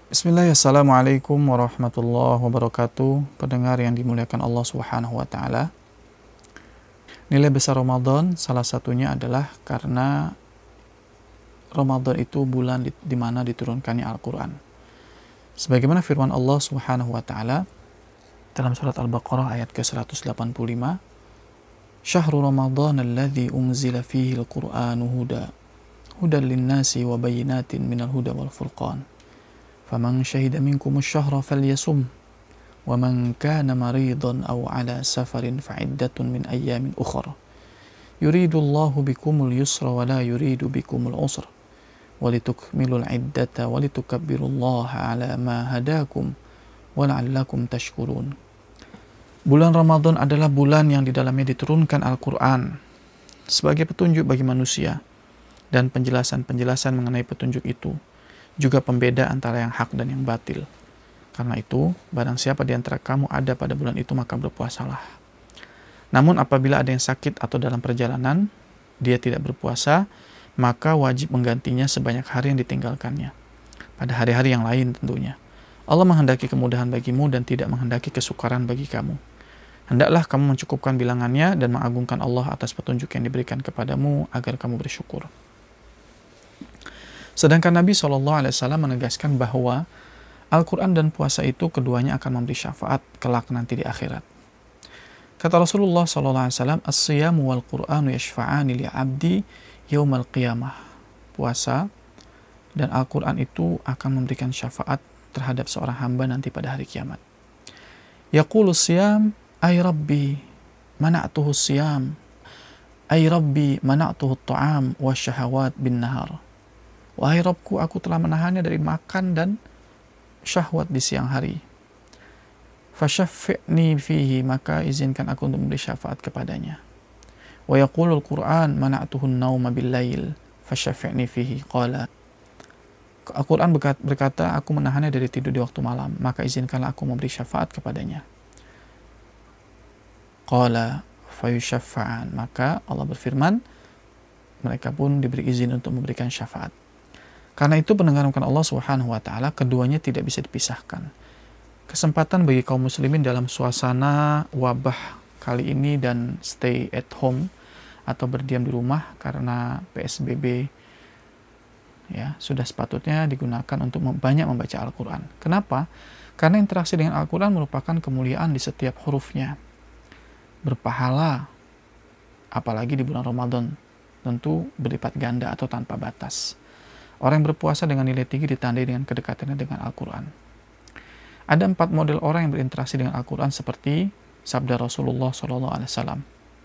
Bismillah, assalamualaikum warahmatullahi wabarakatuh. Pendengar yang dimuliakan Allah Subhanahu wa Ta'ala, nilai besar Ramadan salah satunya adalah karena Ramadan itu bulan di mana diturunkannya Al-Quran. Sebagaimana firman Allah Subhanahu wa Ta'ala dalam surat Al-Baqarah ayat ke-185, Syahrul Ramadan alladzi unzila fihi al-Qur'anu hudan linnasi wa bayyinatin minal huda wal furqan. فمن شهد منكم الشهر فليصم ومن كان مريضا أو على سفر فعدة من أيام أخر يريد الله بكم اليسر ولا يريد بكم العسر ولتكملوا العدة ولتكبروا الله على ما هداكم ولعلكم تشكرون. Bulan Ramadan adalah bulan yang di dalamnya diturunkan Al-Quran sebagai petunjuk bagi manusia dan penjelasan-penjelasan mengenai petunjuk itu, juga pembeda antara yang hak dan yang batil. Karena itu, barang siapa di antara kamu ada pada bulan itu, maka berpuasalah. Namun apabila ada yang sakit atau dalam perjalanan, dia tidak berpuasa, maka wajib menggantinya sebanyak hari yang ditinggalkannya. Pada hari-hari yang lain tentunya. Allah menghendaki kemudahan bagimu dan tidak menghendaki kesukaran bagi kamu. Hendaklah kamu mencukupkan bilangannya dan mengagungkan Allah atas petunjuk yang diberikan kepadamu agar kamu bersyukur. Sedangkan Nabi SAW menegaskan bahwa Al-Quran dan puasa itu keduanya akan memberi syafaat kelak nanti di akhirat. Kata Rasulullah SAW, As-siyamu wal-Qur'anu yashfa'ani li'abdi yawmal qiyamah. Puasa dan Al-Quran itu akan memberikan syafaat terhadap seorang hamba nanti pada hari kiamat. Yaqulu siyam, ay rabbi, mana'tuhu siyam, ay rabbi, mana'tuhu ta'am wa syahawat bin nahar. Wahai Rabbku, aku telah menahannya dari makan dan syahwat di siang hari. Fashaffi'ni fihi, maka izinkan aku untuk memberi syafaat kepadanya. Wa yaqulul Qur'an mana'tuhun nauma bil-lail fashaffi'ni fihi. Qala, Al-Quran berkata, aku menahannya dari tidur di waktu malam, maka izinkanlah aku memberi syafaat kepadanya. Qala fayushaffa'an, maka Allah berfirman, mereka pun diberi izin untuk memberikan syafaat. Karena itu pendengar Allah Subhanahu wa Ta'ala, keduanya tidak bisa dipisahkan. Kesempatan bagi kaum muslimin dalam suasana wabah kali ini dan stay at home atau berdiam di rumah karena PSBB, ya, sudah sepatutnya digunakan untuk banyak membaca Al-Quran. Kenapa? Karena interaksi dengan Al-Quran merupakan kemuliaan di setiap hurufnya. Berpahala, apalagi di bulan Ramadan, tentu berlipat ganda atau tanpa batas. Orang yang berpuasa dengan nilai tinggi ditandai dengan kedekatannya dengan Al-Quran. Ada 4 model orang yang berinteraksi dengan Al-Quran seperti sabda Rasulullah SAW.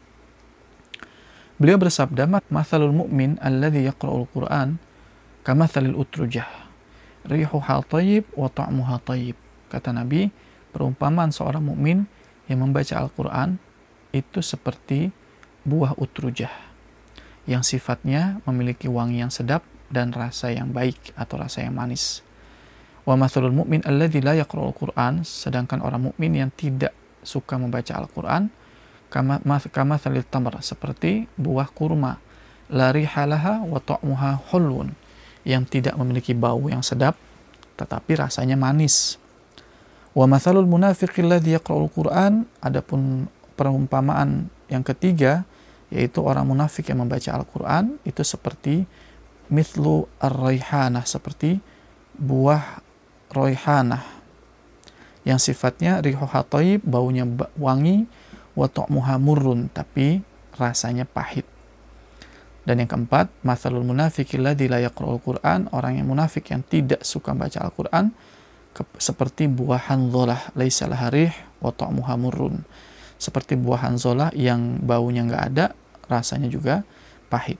Beliau bersabda, "Mathalul mu'min alladhi yaqra'ul Qur'an kamathalil utrujah, rihuha thayyib wa ta'muha thayyib." Kata Nabi, perumpamaan seorang mukmin yang membaca Al-Quran itu seperti buah utrujah yang sifatnya memiliki wangi yang sedap dan rasa yang baik atau rasa yang manis. Wa mathalul mu'min alladzi la yaqra'ul Qur'an, sedangkan orang mukmin yang tidak suka membaca Al-Qur'an, kama thalil tamr, seperti buah kurma, la rihalaha wa ta'muha hulun, yang tidak memiliki bau yang sedap tetapi rasanya manis. Wa mathalul munafiqi alladzi yaqra'ul Qur'an, adapun perumpamaan yang ketiga yaitu orang munafik yang membaca Al-Qur'an itu seperti mithlu ar-raihanah, seperti buah raihanah yang sifatnya rihuha thayyib, baunya wangi, wa ta'muha murrun, tapi rasanya pahit. Dan yang keempat, mathalul munafiqi alladzi la yaqra'ul Qur'an, orang yang munafik yang tidak suka baca Al-Qur'an seperti buah hanzalah, laisa laha rih wa ta'muha murrun, seperti buah hanzalah yang baunya enggak ada, rasanya juga pahit.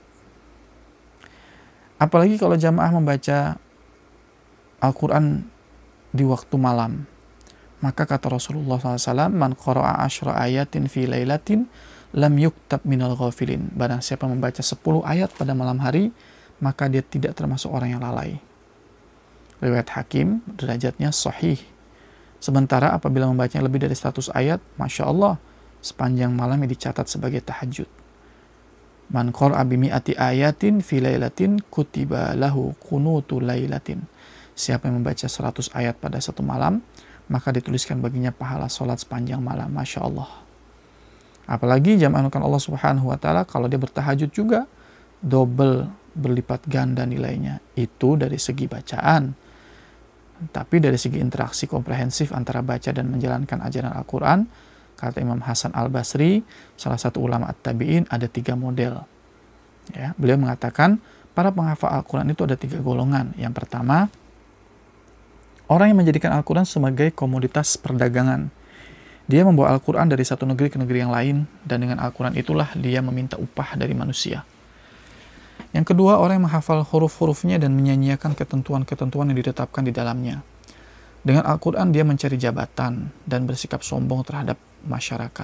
Apalagi kalau jamaah membaca Al-Quran di waktu malam. Maka kata Rasulullah SAW, man qara'a 10 ayatin fi lailatin lam yuktab minal ghafilin. Barang siapa membaca 10 ayat pada malam hari, maka dia tidak termasuk orang yang lalai. Riwayat Hakim, derajatnya sahih. Sementara apabila membacanya lebih dari 100 ayat, Masya Allah, sepanjang malamnya dicatat sebagai tahajud. Man qara'a bimi'ati ayatin fi lailatin kutiba lahu qunutu lailatin. siapa yang membaca 100 ayat pada satu malam, maka dituliskan baginya pahala sholat sepanjang malam. Masya Allah. Apalagi jamaah Allah Subhanahu wa Ta'ala, kalau dia bertahajud juga, double, berlipat ganda nilainya. Itu dari segi bacaan. Tapi dari segi interaksi komprehensif antara baca dan menjalankan ajaran Al-Quran, kata Imam Hasan Al-Basri, salah satu ulama at-tabi'in, ada 3 model. Ya, beliau mengatakan, para penghafal Al-Quran itu ada 3 golongan. Yang pertama, orang yang menjadikan Al-Quran sebagai komoditas perdagangan. Dia membawa Al-Quran dari satu negeri ke negeri yang lain, dan dengan Al-Quran itulah dia meminta upah dari manusia. Yang kedua, orang yang menghafal huruf-hurufnya dan menyanyiakan ketentuan-ketentuan yang ditetapkan di dalamnya. Dengan Al-Quran dia mencari jabatan dan bersikap sombong terhadap masyarakat.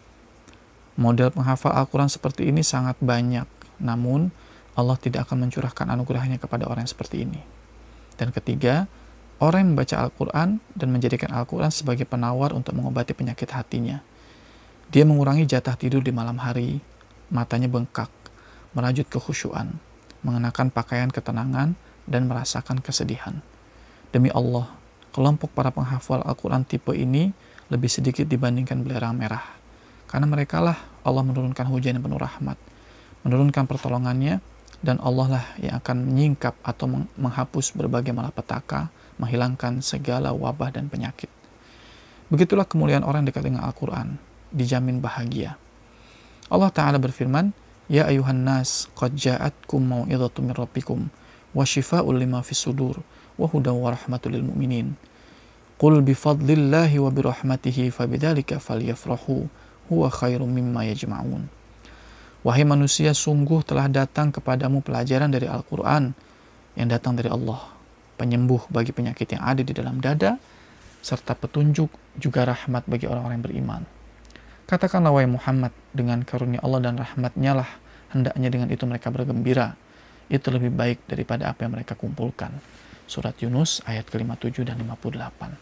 Model penghafal Al-Quran seperti ini sangat banyak, namun Allah tidak akan mencurahkan anugerahnya kepada orang yang seperti ini. Dan ketiga, orang yang membaca Al-Quran dan menjadikan Al-Quran sebagai penawar untuk mengobati penyakit hatinya. Dia mengurangi jatah tidur di malam hari, matanya bengkak, merajut kekhusyuan, mengenakan pakaian ketenangan, dan merasakan kesedihan. Demi Allah, kelompok para penghafal Al-Quran tipe ini lebih sedikit dibandingkan belerang merah. Karena merekalah Allah menurunkan hujan yang penuh rahmat, menurunkan pertolongannya, dan Allah lah yang akan menyingkap atau menghapus berbagai malapetaka, menghilangkan segala wabah dan penyakit. Begitulah kemuliaan orang yang dekat dengan Al-Quran, dijamin bahagia. Allah Ta'ala berfirman, Ya ayuhan nas, qad ja'atkum mau'idhatum min rabbikum, wa shifa'un lima fis sudur, wa hudaw wa rahmatul lil mu'minin. Qul bifadlillahi wa birahmatihi fabidzalika falyafrahu, huwa khairum mimma yajma'un. Wahai manusia, sungguh telah datang kepadamu pelajaran dari Al-Quran yang datang dari Allah, penyembuh bagi penyakit yang ada di dalam dada, serta petunjuk juga rahmat bagi orang-orang yang beriman. Katakanlah wahai Muhammad, dengan karunia Allah dan rahmatnya lah hendaknya dengan itu mereka bergembira. Itu lebih baik daripada apa yang mereka kumpulkan. Surat Yunus ayat ke-57 dan 58.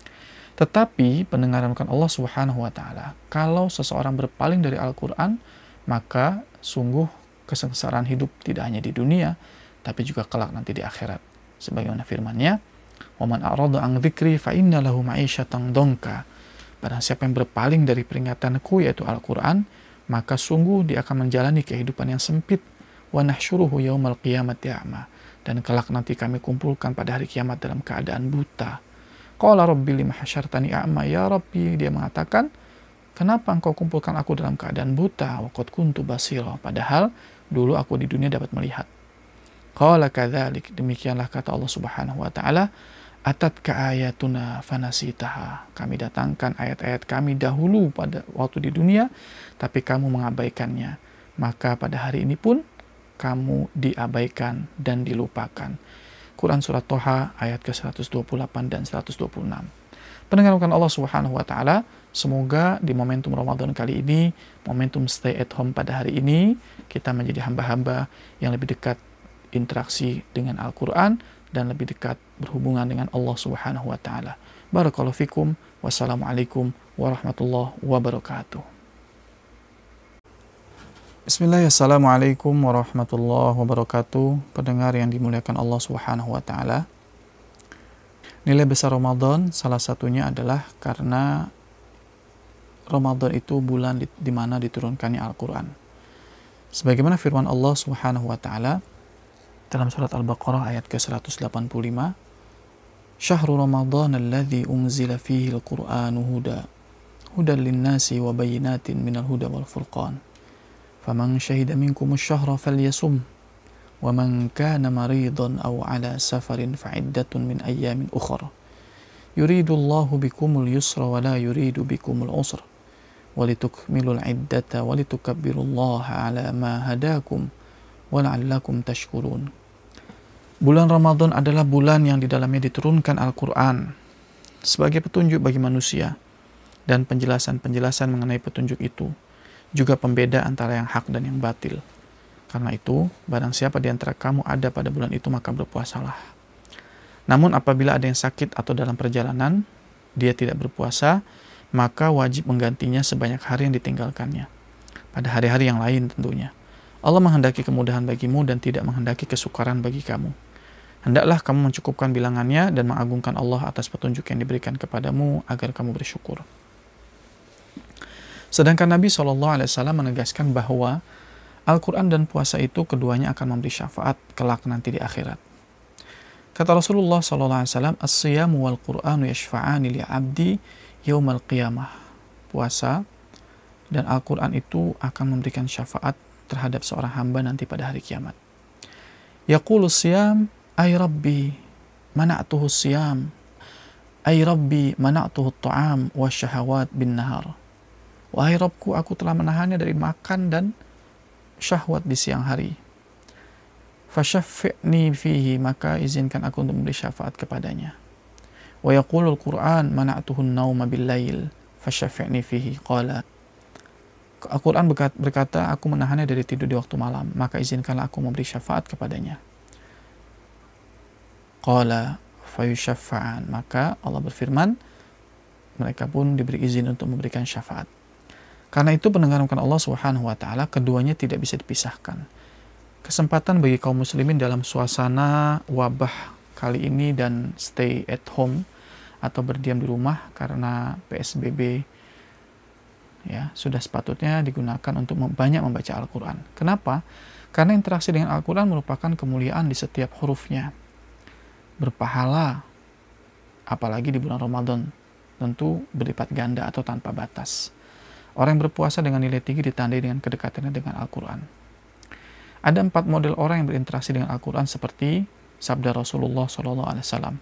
Tetapi pendengaran Allah Subhanahu wa Ta'ala, kalau seseorang berpaling dari Al-Quran, maka sungguh kesengsaraan hidup tidak hanya di dunia, tapi juga kelak nanti di akhirat. Sebagaimana firman-Nya, "Wa man a'rada 'an dzikri fa inna lahu ma'isyatan dhanka." Barang siapa yang berpaling dari peringatanku, yaitu Al-Quran, maka sungguh dia akan menjalani kehidupan yang sempit. Wa nahsyuruhu yaumal qiyamati a'ma. Dan kelak nanti kami kumpulkan pada hari kiamat dalam keadaan buta. Qala rabbi lima hasyartani a'ma, ya Rabbi, dia mengatakan, kenapa engkau kumpulkan aku dalam keadaan buta? Wa qad kuntu basira, padahal dulu aku di dunia dapat melihat. Qala kadzalik, demikianlah kata Allah Subhanahu wa Ta'ala, atatka ayatuna fanasitaha. Kami datangkan ayat-ayat kami dahulu pada waktu di dunia, tapi kamu mengabaikannya. Maka pada hari ini pun kamu diabaikan dan dilupakan. Quran Surat Toha ayat ke-128 dan 126. Pendengarkan Allah Subhanahu wa Ta'ala, semoga di momentum Ramadan kali ini, momentum stay at home pada hari ini, kita menjadi hamba-hamba yang lebih dekat interaksi dengan Al-Quran dan lebih dekat berhubungan dengan Allah Subhanahu wa Ta'ala. Barakallahu fikum. Wassalamualaikum warahmatullahi wabarakatuh. Bismillahirrahmanirrahim. Assalamualaikum warahmatullahi wabarakatuh. Pendengar yang dimuliakan Allah Subhanahu wa Ta'ala. Nilai besar Ramadan salah satunya adalah karena Ramadan itu bulan di mana diturunkannya Al-Quran. Sebagaimana firman Allah Subhanahu wa Ta'ala dalam surat Al-Baqarah ayat ke-185, Syahrul Ramadan alladzi unzila fihi al-Qur'anu hudan lin-nasi wa bayyinatin minal huda wal furqan. Faman syahida minkumus syahra falyasum wa man kana maridan aw ala safarin fa'iddatun min ayyamin ukhra. Yuridullahu bikumul yusra wa la yuridu bikumul usra. Walitukmilul iddata walitukabbirullaha ala ma hadakum wa la'allakum tashkurun. Bulan Ramadan adalah bulan yang di dalamnya diturunkan Al-Quran sebagai petunjuk bagi manusia dan penjelasan-penjelasan mengenai petunjuk itu, juga pembeda antara yang hak dan yang batil. Karena itu, barang siapa di antara kamu ada pada bulan itu, maka berpuasalah. Namun apabila ada yang sakit atau dalam perjalanan, dia tidak berpuasa, maka wajib menggantinya sebanyak hari yang ditinggalkannya. Pada hari-hari yang lain tentunya. Allah menghendaki kemudahan bagimu dan tidak menghendaki kesukaran bagi kamu. Hendaklah kamu mencukupkan bilangannya dan mengagungkan Allah atas petunjuk yang diberikan kepadamu agar kamu bersyukur. Sedangkan Nabi SAW menegaskan bahwa Al-Quran dan puasa itu keduanya akan memberi syafaat kelak nanti di akhirat. Kata Rasulullah SAW, "As-siyamu wal Qur'anu yashfa'ani li'abdi yaumal qiyamah." Puasa dan Al-Quran itu akan memberikan syafaat terhadap seorang hamba nanti pada hari kiamat. Yaqulu siyam, ay Rabbi, mana'tuhu siyam, ay Rabbi, mana'tuhu ta'am wa syahawat bin nahar. Wahai Rabbku, aku telah menahannya dari makan dan syahwat di siang hari. Fashaffi'ni fihi, maka izinkan aku untuk memberi syafaat kepadanya. Wa yaqulul Qur'an, mana'tuhu an-nauma bil-lail, fashaffi'ni fihi. Qala, Al-Quran berkata, aku menahannya dari tidur di waktu malam, maka izinkanlah aku memberi syafaat kepadanya. Qala fayushaffa'an, maka Allah berfirman, mereka pun diberi izin untuk memberikan syafaat. Karena itu pendengaran Allah Subhanahu wa taala, keduanya tidak bisa dipisahkan. Kesempatan bagi kaum muslimin dalam suasana wabah kali ini dan stay at home atau berdiam di rumah karena PSBB, ya, sudah sepatutnya digunakan untuk banyak membaca Al-Quran. Kenapa? Karena interaksi dengan Al-Quran merupakan kemuliaan di setiap hurufnya. Berpahala, apalagi di bulan Ramadan, tentu berlipat ganda atau tanpa batas. Orang yang berpuasa dengan nilai tinggi ditandai dengan kedekatannya dengan Al-Quran. Ada 4 model orang yang berinteraksi dengan Al-Quran seperti sabda Rasulullah SAW.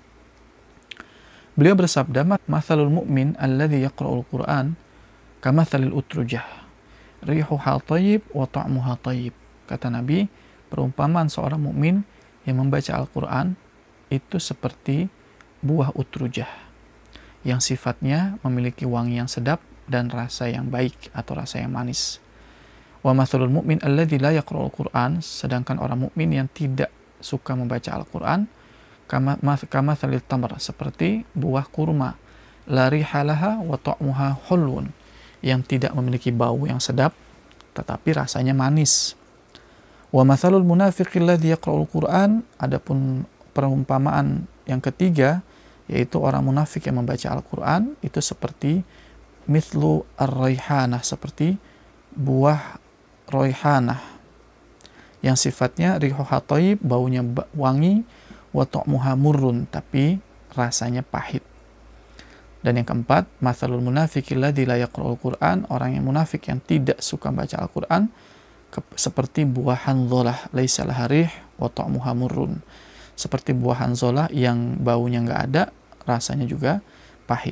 Beliau bersabda, "Mathalul mu'min alladhi yaqra'ul Qur'an kamathalil utrujah, rihuha thayyib wa ta'muha thayyib." Kata Nabi, perumpamaan seorang mukmin yang membaca Al-Quran itu seperti buah utrujah yang sifatnya memiliki wangi yang sedap dan rasa yang baik atau rasa yang manis. Wa mathalul mu'min alladzi la yaqra'ul Qur'an, sedangkan orang mukmin yang tidak suka membaca Al-Qur'an, kama thalil tamr, seperti buah kurma, la rihalaha wa ta'muha hulun, yang tidak memiliki bau yang sedap tetapi rasanya manis. Wa mathalul munafiqi alladzi yaqra'ul Qur'an, adapun perumpamaan yang ketiga yaitu orang munafik yang membaca Al-Qur'an itu seperti mithlu ar-raihanah, seperti buah raihanah yang sifatnya rihuha thayyib, baunya wangi, wa ta'muha murrun, tapi rasanya pahit. Dan yang keempat, mathalul munafiqi alladzi la yaqra'ul Qur'an, orang yang munafik yang tidak suka baca Al-Qur'an seperti buah hanzalah laisa laha rih wa ta'muha murrun, seperti buah hanzalah yang baunya enggak ada, rasanya juga pahit.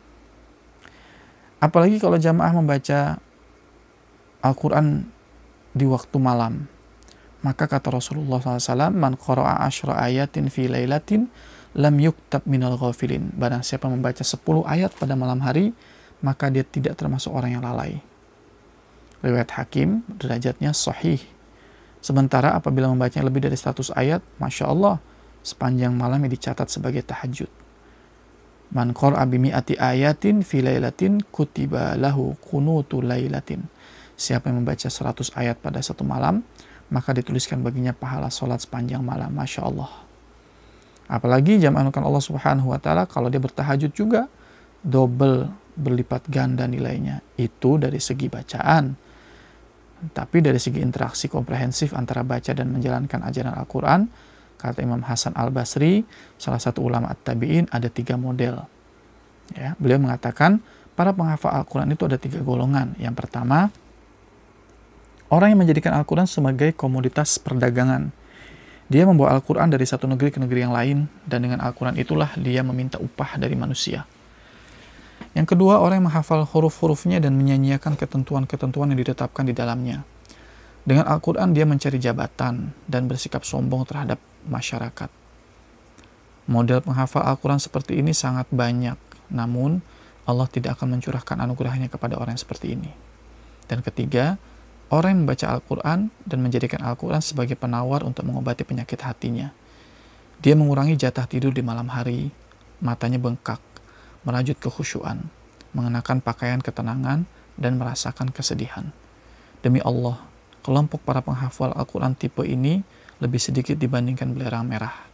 Apalagi kalau jamaah membaca Al-Quran di waktu malam. Maka kata Rasulullah SAW, "Man qara'a 10 ayatin fi lailatin lam yuktab minal ghafilin." Barang siapa membaca 10 ayat pada malam hari, maka dia tidak termasuk orang yang lalai. Riwayat Hakim, derajatnya sahih. Sementara apabila membacanya lebih dari 100 ayat, Masya Allah, sepanjang malamnya dicatat sebagai tahajud. Man qara'a bimi'ati ayatin fi lailatin kutiba lahu qunutu lailatin. Siapa yang membaca 100 ayat pada satu malam, maka dituliskan baginya pahala salat sepanjang malam. Masya Allah. Apalagi jamaah Allah Subhanahu wa taala kalau dia bertahajud juga double, berlipat ganda nilainya. Itu dari segi bacaan. Tapi dari segi interaksi komprehensif antara baca dan menjalankan ajaran Al-Quran, kata Imam Hasan Al-Basri, salah satu ulama at-tabi'in, ada 3 model. Ya, beliau mengatakan, para penghafal Al-Quran itu ada 3 golongan. Yang pertama, orang yang menjadikan Al-Quran sebagai komoditas perdagangan. Dia membawa Al-Quran dari satu negeri ke negeri yang lain, dan dengan Al-Quran itulah dia meminta upah dari manusia. Yang kedua, orang yang menghafal huruf-hurufnya dan menyanyiakan ketentuan-ketentuan yang ditetapkan di dalamnya. Dengan Al-Quran dia mencari jabatan dan bersikap sombong terhadap masyarakat. Model penghafal Al-Quran seperti ini sangat banyak, namun Allah tidak akan mencurahkan anugerahnya kepada orang yang seperti ini. Dan ketiga, orang yang membaca Al-Quran dan menjadikan Al-Quran sebagai penawar untuk mengobati penyakit hatinya. Dia mengurangi jatah tidur di malam hari, matanya bengkak, merajut kekhusyuan, mengenakan pakaian ketenangan, dan merasakan kesedihan. Demi Allah, kelompok para penghafal Al-Quran tipe ini lebih sedikit dibandingkan belerang merah.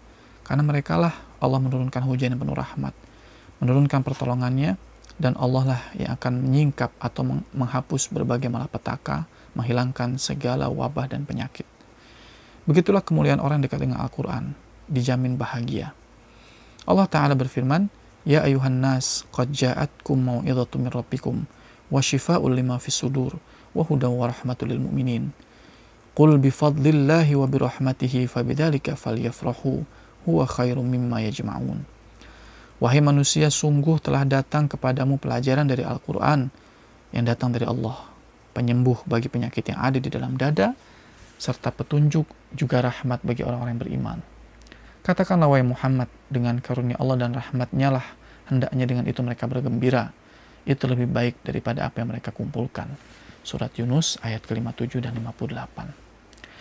Karena merekalah Allah menurunkan hujan yang penuh rahmat, menurunkan pertolongannya, dan Allah lah yang akan menyingkap atau menghapus berbagai malapetaka, menghilangkan segala wabah dan penyakit. Begitulah kemuliaan orang yang dekat dengan Al-Quran, dijamin bahagia. Allah Ta'ala berfirman, Ya ayuhan nas, qad ja'atkum mau'idhatu min rabbikum, wa shifa'ul lima fis sudur, wa hudaw wa rahmatul lil mu'minin. Qul bifadlillahi wa birahmatihi fabidzalika falyafrahu huwa khairum mimma yajma'un. Wahai manusia, sungguh telah datang kepadamu pelajaran dari Al-Quran yang datang dari Allah, penyembuh bagi penyakit yang ada di dalam dada, serta petunjuk juga rahmat bagi orang-orang yang beriman. Katakanlah wahai Muhammad, dengan karunia Allah dan rahmatnya lah hendaknya dengan itu mereka bergembira. Itu lebih baik daripada apa yang mereka kumpulkan. Surat Yunus ayat ke-57 dan 58.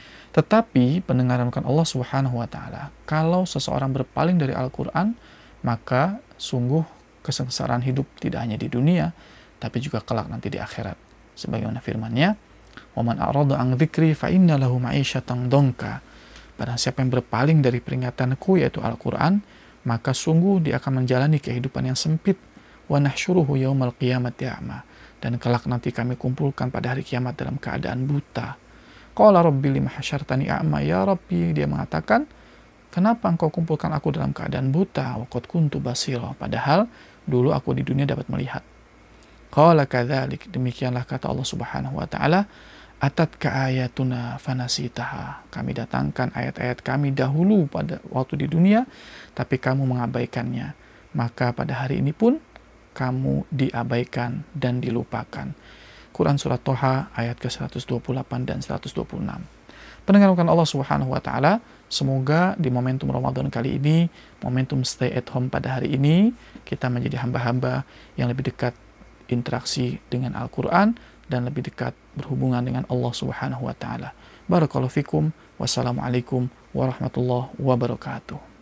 Tetapi pendengaran Allah Subhanahu wa Ta'ala, kalau seseorang berpaling dari Al-Quran, maka sungguh kesengsaraan hidup tidak hanya di dunia, tapi juga kelak nanti di akhirat. Sebagaimana firman-Nya, "Waman a'rada an dzikri fa inna lahu ma'isyatan dhanka." Barang siapa yang berpaling dari peringatanku, yaitu Al-Quran, maka sungguh dia akan menjalani kehidupan yang sempit. Wa nahsyuruhu yaumal qiyamati a'ma. Dan kelak nanti kami kumpulkan pada hari kiamat dalam keadaan buta. Qala rabbi lima hasyartani a'ma, ya Rabbi, dia mengatakan, kenapa engkau kumpulkan aku dalam keadaan buta? Wa qad kuntu basira, padahal dulu aku di dunia dapat melihat. Qala kadzalik, demikianlah kata Allah Subhanahu wa Ta'ala, atatka ayatuna fanasitaha, kami datangkan ayat-ayat kami dahulu pada waktu di dunia, tapi kamu mengabaikannya. Maka pada hari ini pun kamu diabaikan dan dilupakan. Quran Surat Toha ayat ke-128 dan 126. Pendengarkan Allah Subhanahu wa Ta'ala, semoga di momentum Ramadan kali ini, momentum stay at home pada hari ini, kita menjadi hamba-hamba yang lebih dekat interaksi dengan Al-Quran dan lebih dekat berhubungan dengan Allah Subhanahu wa Ta'ala. Barakallahu fikum. Wassalamualaikum warahmatullahi wabarakatuh.